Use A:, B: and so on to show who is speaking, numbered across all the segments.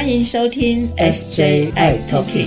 A: 欢迎收听 SJI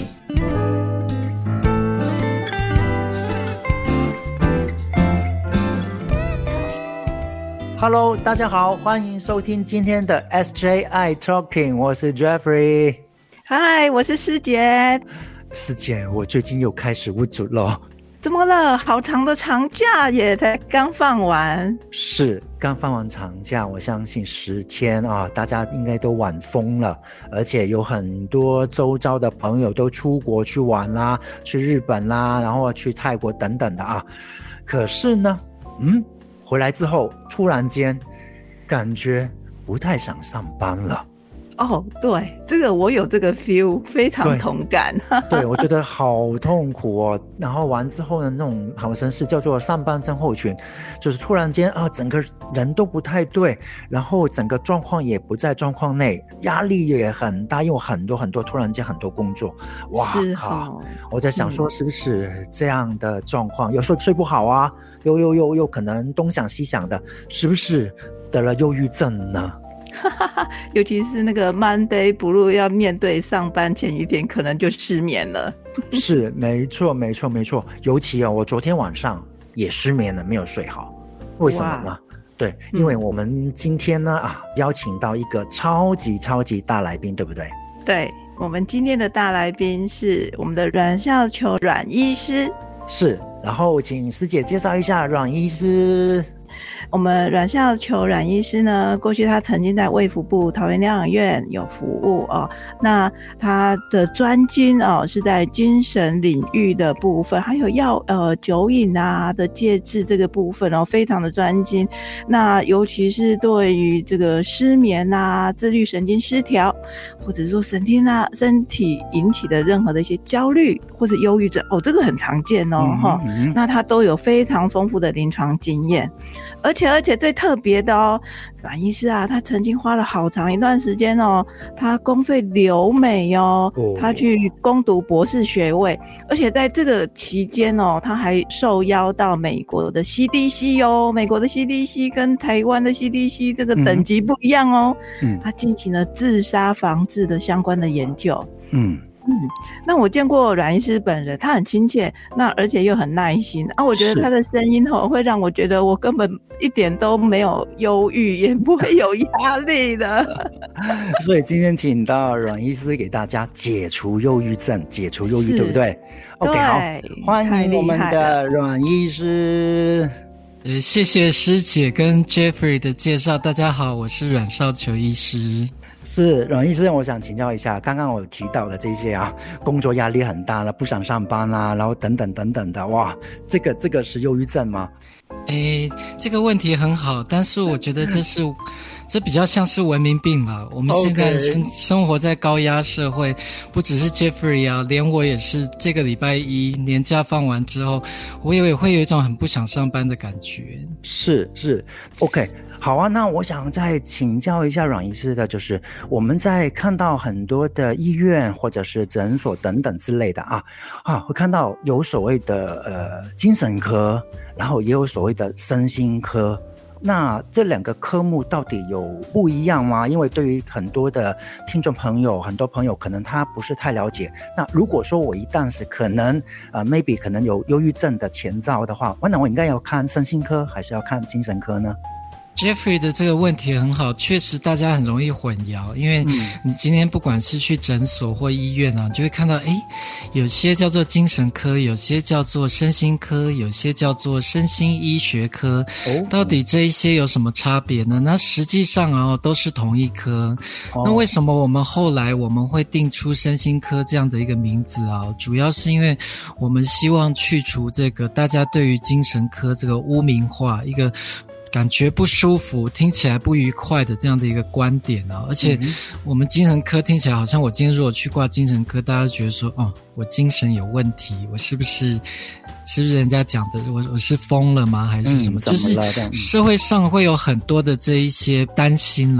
B: Talking。Hello， 大家好，欢迎收听今天的 SJI Talking， 我是 Jeffrey。
C: 嗨，我是师姐。
B: 师姐，我最近又开始无助了。
C: 怎么了？好长的长假耶，才刚放完。
B: 是，刚放完长假，我相信10天啊，大家应该都玩疯了，而且有很多周遭的朋友都出国去玩啦，去日本啦，然后去泰国等等的啊。可是呢，回来之后突然间感觉不太想上班了。
C: 哦，对，这个我有这个 feel， 非常同感。
B: 对，我觉得好痛苦哦。然后完之后呢，那种好像是叫做上班症候群，就是突然间啊，整个人都不太对，然后整个状况也不在状况内，压力也很大，因为很多突然间很多工作，哇靠！我在想说是不是这样的状况，有时候睡不好啊，又可能东想西想的，是不是得了忧郁症呢？
C: 尤其是那个 Monday Blue 要面对上班前一天，可能就失眠了。
B: 是，没错。尤其我昨天晚上也失眠了，没有睡好。为什么呢？对，因为我们今天呢邀请到一个超级大来宾，对不对？
C: 对，我们今天的大来宾是我们的阮孝球阮医师。
B: 是，然后请师姐介绍一下阮医师。
C: 我们阮孝球阮医师呢，过去他曾经在卫福部桃园疗养院有服务哦。那他的专精是在精神领域的部分，还有酒瘾的戒治这个部分非常的专精。那尤其是对于这个失眠自律神经失调，或者说身体引起的任何的一些焦虑或者忧郁症这个很常见那他都有非常丰富的临床经验。而且最特别的阮医师他曾经花了好长一段时间他公费留美他去攻读博士学位，而且在这个期间他还受邀到美国的 CDC 美国的 CDC 跟台湾的 CDC 这个等级不一样他进行了自杀防治的相关的研究。那我见过阮医师本人，他很亲切，那而且又很耐心我觉得他的声音会让我觉得我根本一点都没有忧郁，也不会有压力的。
B: 所以今天请到阮医师给大家解除忧郁症，解除忧郁，对不对 ？OK， 好，欢迎我们的阮医师。
D: 谢谢师姐跟 Jeffrey 的介绍。大家好，我是阮孝球医师。
B: 是阮医生，我想请教一下，刚刚我提到的这些工作压力很大了，不想上班啦，然后等等的，哇，这个是忧郁症吗？
D: 这个问题很好，但是我觉得这比较像是文明病啦。我们现在生活在高压社会，不只是 Jeffrey 连我也是。这个礼拜一年假放完之后，我也会有一种很不想上班的感觉。
B: 是 OK， 好啊，那我想再请教一下阮医师的，就是我们在看到很多的医院或者是诊所等等之类的会看到有所谓的精神科，然后也有所谓的身心科。那这两个科目到底有不一样吗？因为对于很多的听众朋友，很多朋友可能他不是太了解。那如果说我一旦是可能maybe 可能有忧郁症的前兆的话，那我应该要看身心科还是要看精神科呢
D: ？Jeffrey 的这个问题很好，确实大家很容易混淆，因为你今天不管是去诊所或医院你就会看到有些叫做精神科，有些叫做身心科，有些叫做身心医学科，到底这一些有什么差别呢？那实际上都是同一科。那为什么我们后来会定出身心科这样的一个名字主要是因为我们希望去除这个大家对于精神科这个污名化，一个感觉不舒服，听起来不愉快的这样的一个观点而且我们精神科听起来好像我今天如果去挂精神科，大家觉得说我精神有问题，我是不是人家讲的我是疯了吗？还是什么？就是社会上会有很多的这一些担心啦。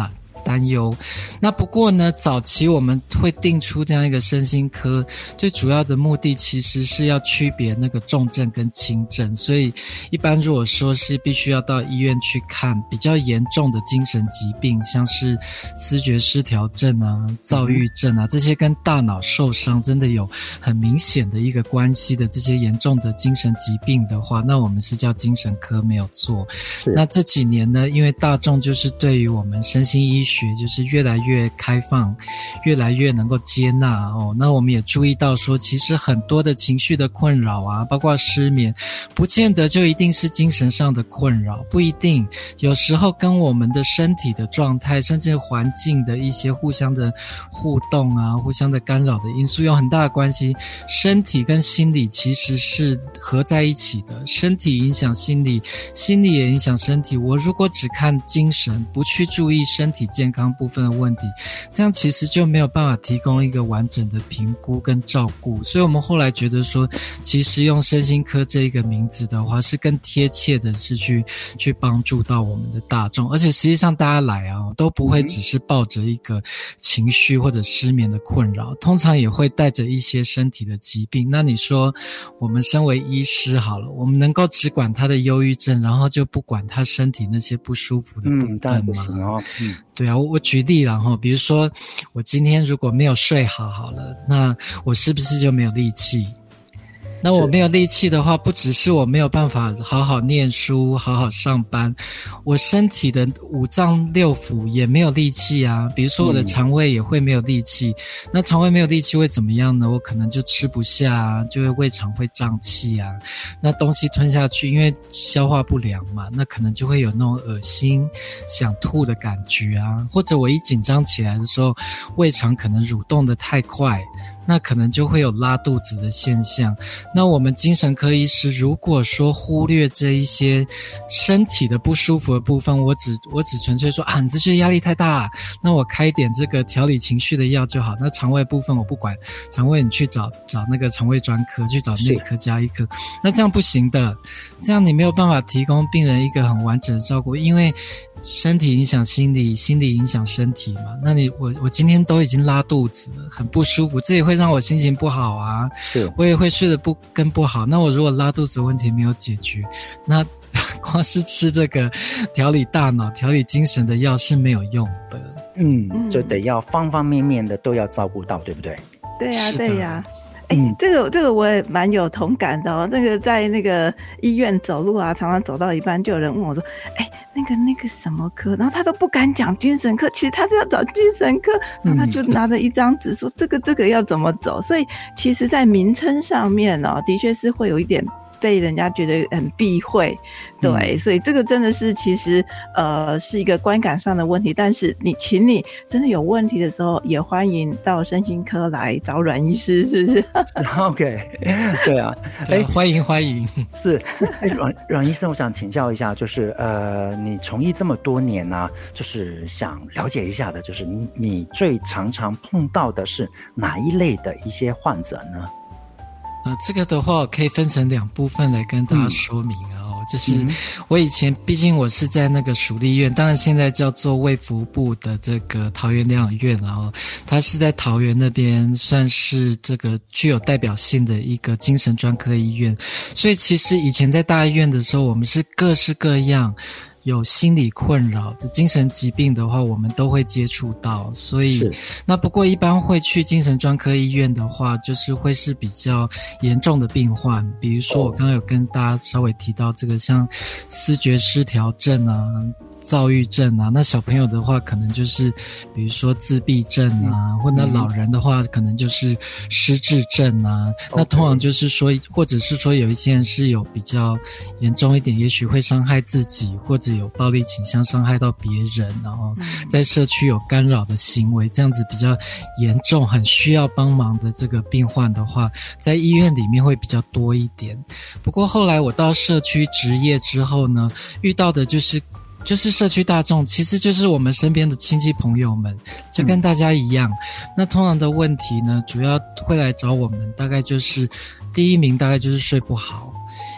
D: 担忧。那不过呢，早期我们会定出这样一个身心科，最主要的目的其实是要区别那个重症跟轻症，所以一般如果说是必须要到医院去看比较严重的精神疾病，像是思觉失调症啊、躁郁症啊，这些跟大脑受伤真的有很明显的一个关系的这些严重的精神疾病的话，那我们是叫精神科没有错。那这几年呢，因为大众就是对于我们身心医学就是越来越开放，越来越能够接纳哦。那我们也注意到说，其实很多的情绪的困扰啊，包括失眠，不见得就一定是精神上的困扰，不一定，有时候跟我们的身体的状态，甚至环境的一些互相的互动啊，互相的干扰的因素有很大的关系。身体跟心理其实是合在一起的，身体影响心理，心理也影响身体。我如果只看精神，不去注意身体健康部分的问题，这样其实就没有办法提供一个完整的评估跟照顾。所以我们后来觉得说，其实用身心科这一个名字的话，是更贴切的是去帮助到我们的大众。而且实际上大家来啊，都不会只是抱着一个情绪或者失眠的困扰，通常也会带着一些身体的疾病。那你说我们身为医师好了，我们能够只管他的忧郁症，然后就不管他身体那些不舒服的部分吗？
B: 当然不行哦。
D: 对啊，我举例啦齁，比如说我今天如果没有睡好了，那我是不是就没有力气？那我没有力气的话，不只是我没有办法好好念书、好好上班，我身体的五脏六腑也没有力气啊。比如说我的肠胃也会没有力气，那肠胃没有力气会怎么样呢？我可能就吃不下啊，就会胃肠会胀气啊。那东西吞下去，因为消化不良嘛，那可能就会有那种恶心、想吐的感觉啊。或者我一紧张起来的时候，胃肠可能蠕动得太快，那可能就会有拉肚子的现象。那我们精神科医师如果说忽略这一些身体的不舒服的部分，我只纯粹说啊，你这些压力太大了，那我开一点这个调理情绪的药就好。那肠胃部分我不管，肠胃你去找那个肠胃专科，去找内科加医科。那这样不行的，这样你没有办法提供病人一个很完整的照顾，因为身体影响心理，心理影响身体嘛。那我今天都已经拉肚子了，很不舒服，这也会让我心情不好啊。我也会睡得更不好。那我如果拉肚子问题没有解决，那光是吃这个调理大脑、调理精神的药是没有用的。
B: 就得要方方面面的都要照顾到，对不对？
C: 对呀，对呀。这个我也蛮有同感的哦。那个在那个医院走路啊，常常走到一半就有人问我说：“那个什么科？”然后他都不敢讲精神科，其实他是要找精神科，然后他就拿着一张纸说：“这个要怎么走？”所以其实，在名称上面哦，的确是会有一点被人家觉得很避讳，对，所以这个真的是其实是一个观感上的问题。但是请你真的有问题的时候，也欢迎到身心科来找阮医师，是不是
B: ？OK， 对啊，
D: 欢迎。
B: 是，阮医生，我想请教一下，就是你从医这么多年啊，就是想了解一下的，就是你最常碰到的是哪一类的一些患者呢？
D: 这个的话，我可以分成两部分来跟大家说明就是我以前毕竟我是在那个属立医院，当然现在叫做卫福部的这个桃园疗养院，然后它是在桃园那边算是这个具有代表性的一个精神专科医院，所以其实以前在大医院的时候，我们是各式各样有心理困扰的精神疾病的话，我们都会接触到。所以那不过一般会去精神专科医院的话，就是会是比较严重的病患，比如说我刚刚有跟大家稍微提到这个像思觉失调症啊、躁郁症啊，那小朋友的话可能就是比如说自闭症啊，或者老人的话可能就是失智症啊。那通常就是说，或者是说有一些人是有比较严重一点，也许会伤害自己，或者有暴力倾向伤害到别人，然后在社区有干扰的行为，这样子比较严重很需要帮忙的这个病患的话，在医院里面会比较多一点。不过后来我到社区职业之后呢，遇到的就是社区大众，其实就是我们身边的亲戚朋友们，就跟大家一样。那通常的问题呢，主要会来找我们，大概就是第一名大概就是睡不好，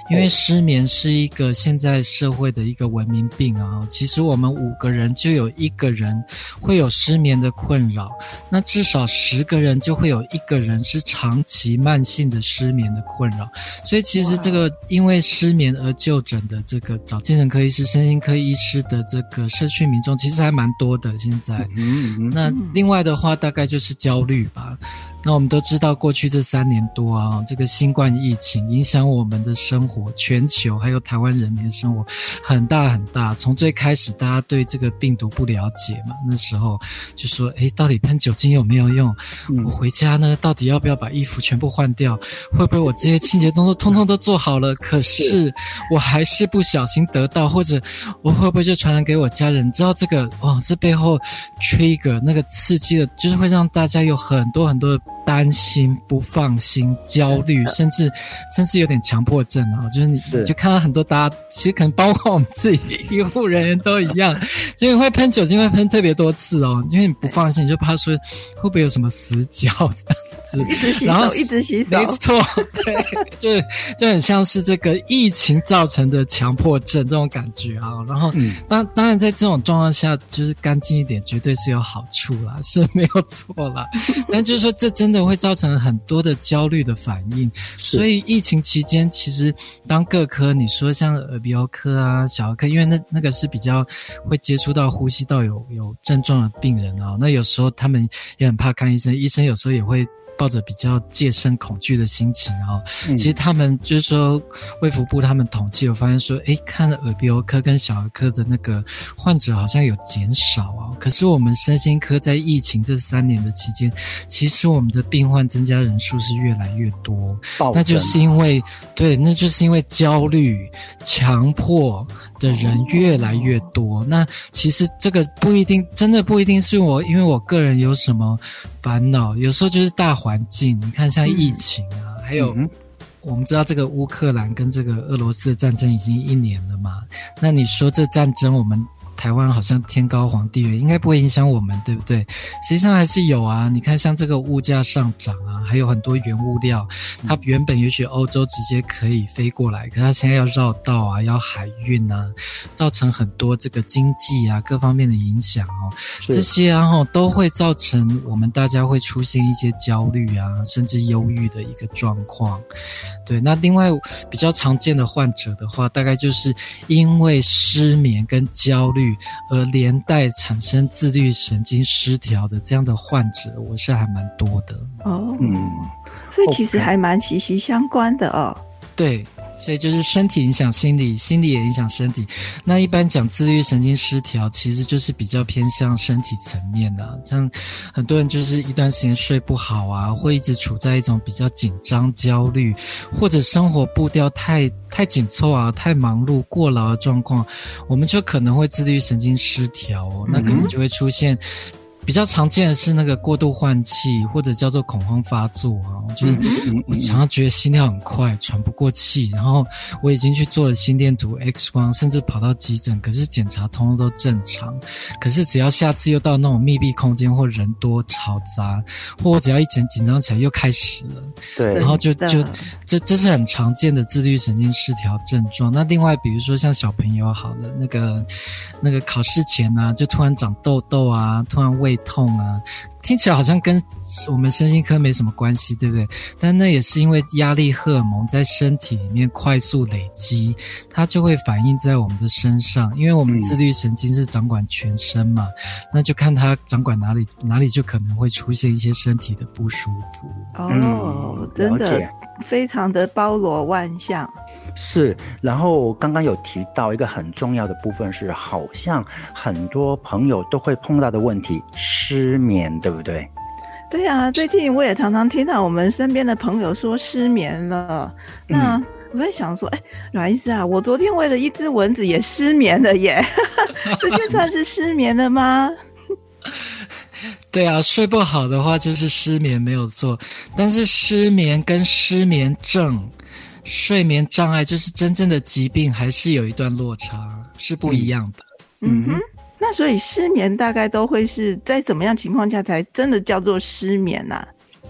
D: 因为失眠是一个现在社会的一个文明病啊。其实我们5个人就有1个人会有失眠的困扰，那至少10个人就会有1个人是长期慢性的失眠的困扰。所以其实这个因为失眠而就诊的这个找精神科医师、身心科医师的这个社区民众其实还蛮多的现在。那另外的话大概就是焦虑吧。那我们都知道过去这3年多啊，这个新冠疫情影响我们的生活，全球还有台湾人民的生活很大很大。从最开始大家对这个病毒不了解嘛，那时候就说到底喷酒精有没有用，我回家呢到底要不要把衣服全部换掉，会不会我这些清洁动作通通都做好了，可是我还是不小心得到，或者我会不会就传染给我家人。你知道这个这背后 trigger 那个刺激的，就是会让大家有很多很多的担心、不放心、焦虑，甚至有点强迫症啊！就是你就看到很多大家，其实可能包括我们自己医护人员都一样，就你会喷酒精，会喷特别多次哦，因为你不放心，你就怕说会不会有什么死角这样子，
C: 一直洗手，
D: 没错，对，就很像是这个疫情造成的强迫症这种感觉啊。然后，当然在这种状况下，就是干净一点，绝对是有好处啦，是没有错啦。但就是说，这真的会造成很多的焦虑的反应。所以疫情期间，其实当各科你说像耳鼻喉科啊、小儿科，因为那个是比较会接触到呼吸道有症状的病人啊，那有时候他们也很怕看医生，医生有时候也会抱着比较戒慎恐惧的心情啊，其实他们就是说卫福部他们统计有发现说，看了耳鼻喉科跟小儿科的那个患者好像有减少啊，可是我们身心科在疫情这3年的期间，其实我们的病患增加人数是越来越多，那就是因为焦虑、强迫的人越来越多。那其实这个真的不一定是因为我个人有什么烦恼，有时候就是大环境，你看像疫情啊，还有我们知道这个乌克兰跟这个俄罗斯的战争已经1年了嘛，那你说这战争我们台湾好像天高皇帝远，应该不会影响我们，对不对？实际上还是有啊，你看像这个物价上涨啊，还有很多原物料，它原本也许欧洲直接可以飞过来，可它现在要绕道啊，要海运啊，造成很多这个经济啊各方面的影响哦，这些都会造成我们大家会出现一些焦虑啊，甚至忧郁的一个状况。对，那另外比较常见的患者的话，大概就是因为失眠跟焦虑而连带产生自律神经失调的这样的患者，我是还蛮多的。
C: 所以其实还蛮息息相关的哦。
D: 对，所以就是身体影响心理，心理也影响身体。那一般讲自律神经失调，其实就是比较偏向身体层面的，像很多人就是一段时间睡不好啊，会一直处在一种比较紧张、焦虑，或者生活步调太紧凑啊、太忙碌、过劳的状况，我们就可能会自律神经失调哦，那可能就会出现。比较常见的是那个过度换气，或者叫做恐慌发作啊，就是我常常觉得心跳很快，喘不过气，然后我已经去做了心电图、X 光，甚至跑到急诊，可是检查通通都正常，可是只要下次又到那种密闭空间或人多嘈杂，或我只要一紧张起来又开始了，对，然后就这是很常见的自律神经失调症状。那另外比如说像小朋友好了，那个考试前啊，就突然长痘痘啊，突然胃痛啊，听起来好像跟我们身心科没什么关系，对不对？但那也是因为压力荷尔蒙在身体里面快速累积，它就会反映在我们的身上，因为我们自律神经是掌管全身嘛，那就看它掌管哪里就可能会出现一些身体的不舒服。
C: 真的非常的包罗万象。
B: 是，然后刚刚有提到一个很重要的部分是，好像很多朋友都会碰到的问题，失眠，对不对？
C: 对啊，最近我也常常听到我们身边的朋友说失眠了。那我在想说，阮医师啊，我昨天为了一只蚊子也失眠了耶，这就算是失眠了吗？
D: 对啊，睡不好的话就是失眠没有错，但是失眠跟失眠症、睡眠障碍就是真正的疾病，还是有一段落差，是不一样的。
C: 那所以失眠大概都会是在怎么样情况下才真的叫做失眠啊？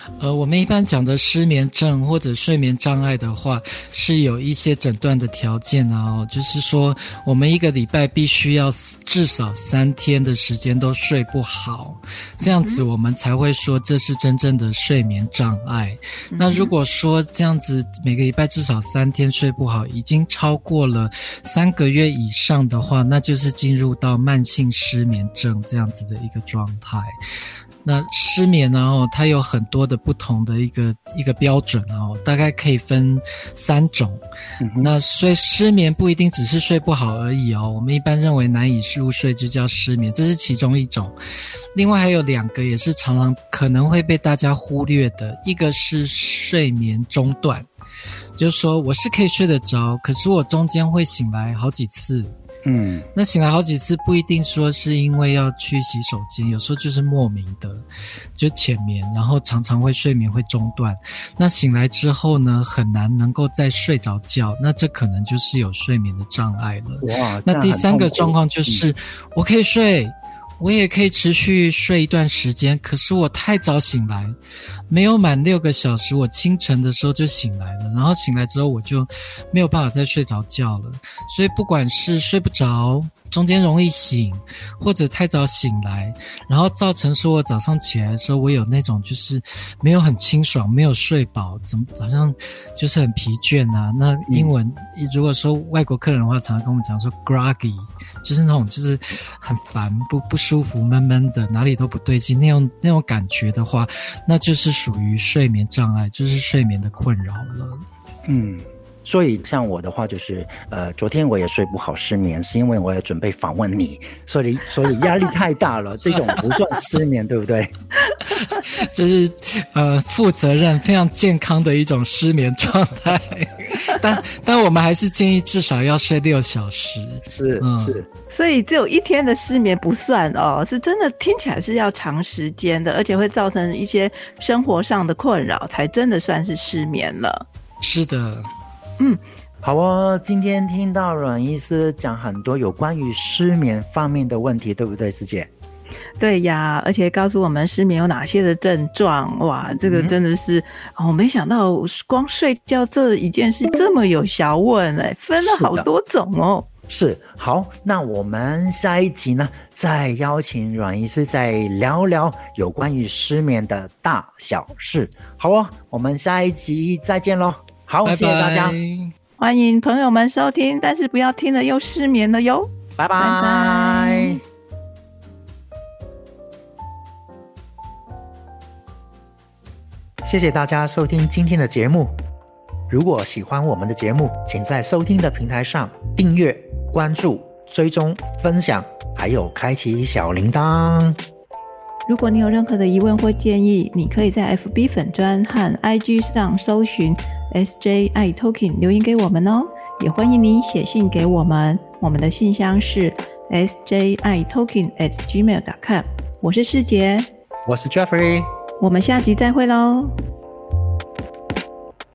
D: 我们一般讲的失眠症或者睡眠障碍的话，是有一些诊断的条件啊，就是说我们一个礼拜必须要至少3天的时间都睡不好，这样子我们才会说这是真正的睡眠障碍。那如果说这样子每个礼拜至少3天睡不好，已经超过了3个月以上的话，那就是进入到慢性失眠症这样子的一个状态。那失眠呢，它有很多的不同的一个标准啊，大概可以分3种。那所以失眠不一定只是睡不好而已哦，我们一般认为难以入睡就叫失眠，这是其中一种。另外还有2个也是常常可能会被大家忽略的，一个是睡眠中断，就是说我是可以睡得着，可是我中间会醒来好几次。那醒来好几次不一定说是因为要去洗手间，有时候就是莫名的就浅眠，然后常常会睡眠会中断，那醒来之后呢很难能够再睡着觉，那这可能就是有睡眠的障碍了。
B: 哇，
D: 那第3个状况就是我可以睡，我也可以持续睡一段时间，可是我太早醒来，没有满6个小时，我清晨的时候就醒来了，然后醒来之后我就没有办法再睡着觉了。所以不管是睡不着，中间容易醒，或者太早醒来，然后造成说我早上起来的时候我有那种就是没有很清爽，没有睡饱，怎么好像就是很疲倦啊。那英文如果说外国客人的话，常常跟我们讲说 groggy， 就是那种就是很烦，不舒服，闷闷的，哪里都不对劲，那种感觉的话，那就是属于睡眠障碍，就是睡眠的困扰了。
B: 所以像我的话就是昨天我也睡不好失眠，是因为我也准备访问你，所以压力太大了这种不算失眠对不对？
D: 这是负责任非常健康的一种失眠状态。但我们还是建议至少要睡6小时。是。
C: 所以只有1天的失眠不算哦，是真的听起来是要长时间的，而且会造成一些生活上的困扰，才真的算是失眠了。
D: 是的。
B: 好哦，今天听到阮医师讲很多有关于失眠方面的问题，对不对，师姐？
C: 对呀，而且告诉我们失眠有哪些的症状。哇，这个真的是没想到光睡觉这一件事这么有学问，分了好多种哦。
B: 是，好，那我们下一集呢再邀请阮医师再聊聊有关于失眠的大小事。好哦，我们下一集再见咯。好，拜拜，谢谢大家，
C: 欢迎朋友们收听，但是不要听了又失眠了哟。
B: 拜拜。谢谢大家收听今天的节目。如果喜欢我们的节目，请在收听的平台上订阅、关注、追踪、分享，还有开启小铃铛。
C: 如果你有任何的疑问或建议，你可以在 FB 粉专和 IG 上搜寻 SJI Talking 留言给我们哦，也欢迎你写信给我们，我们的信箱是 sjitalking@gmail.com。 我是世杰，
B: 我是 Jeffrey，
C: 我们下集再会咯。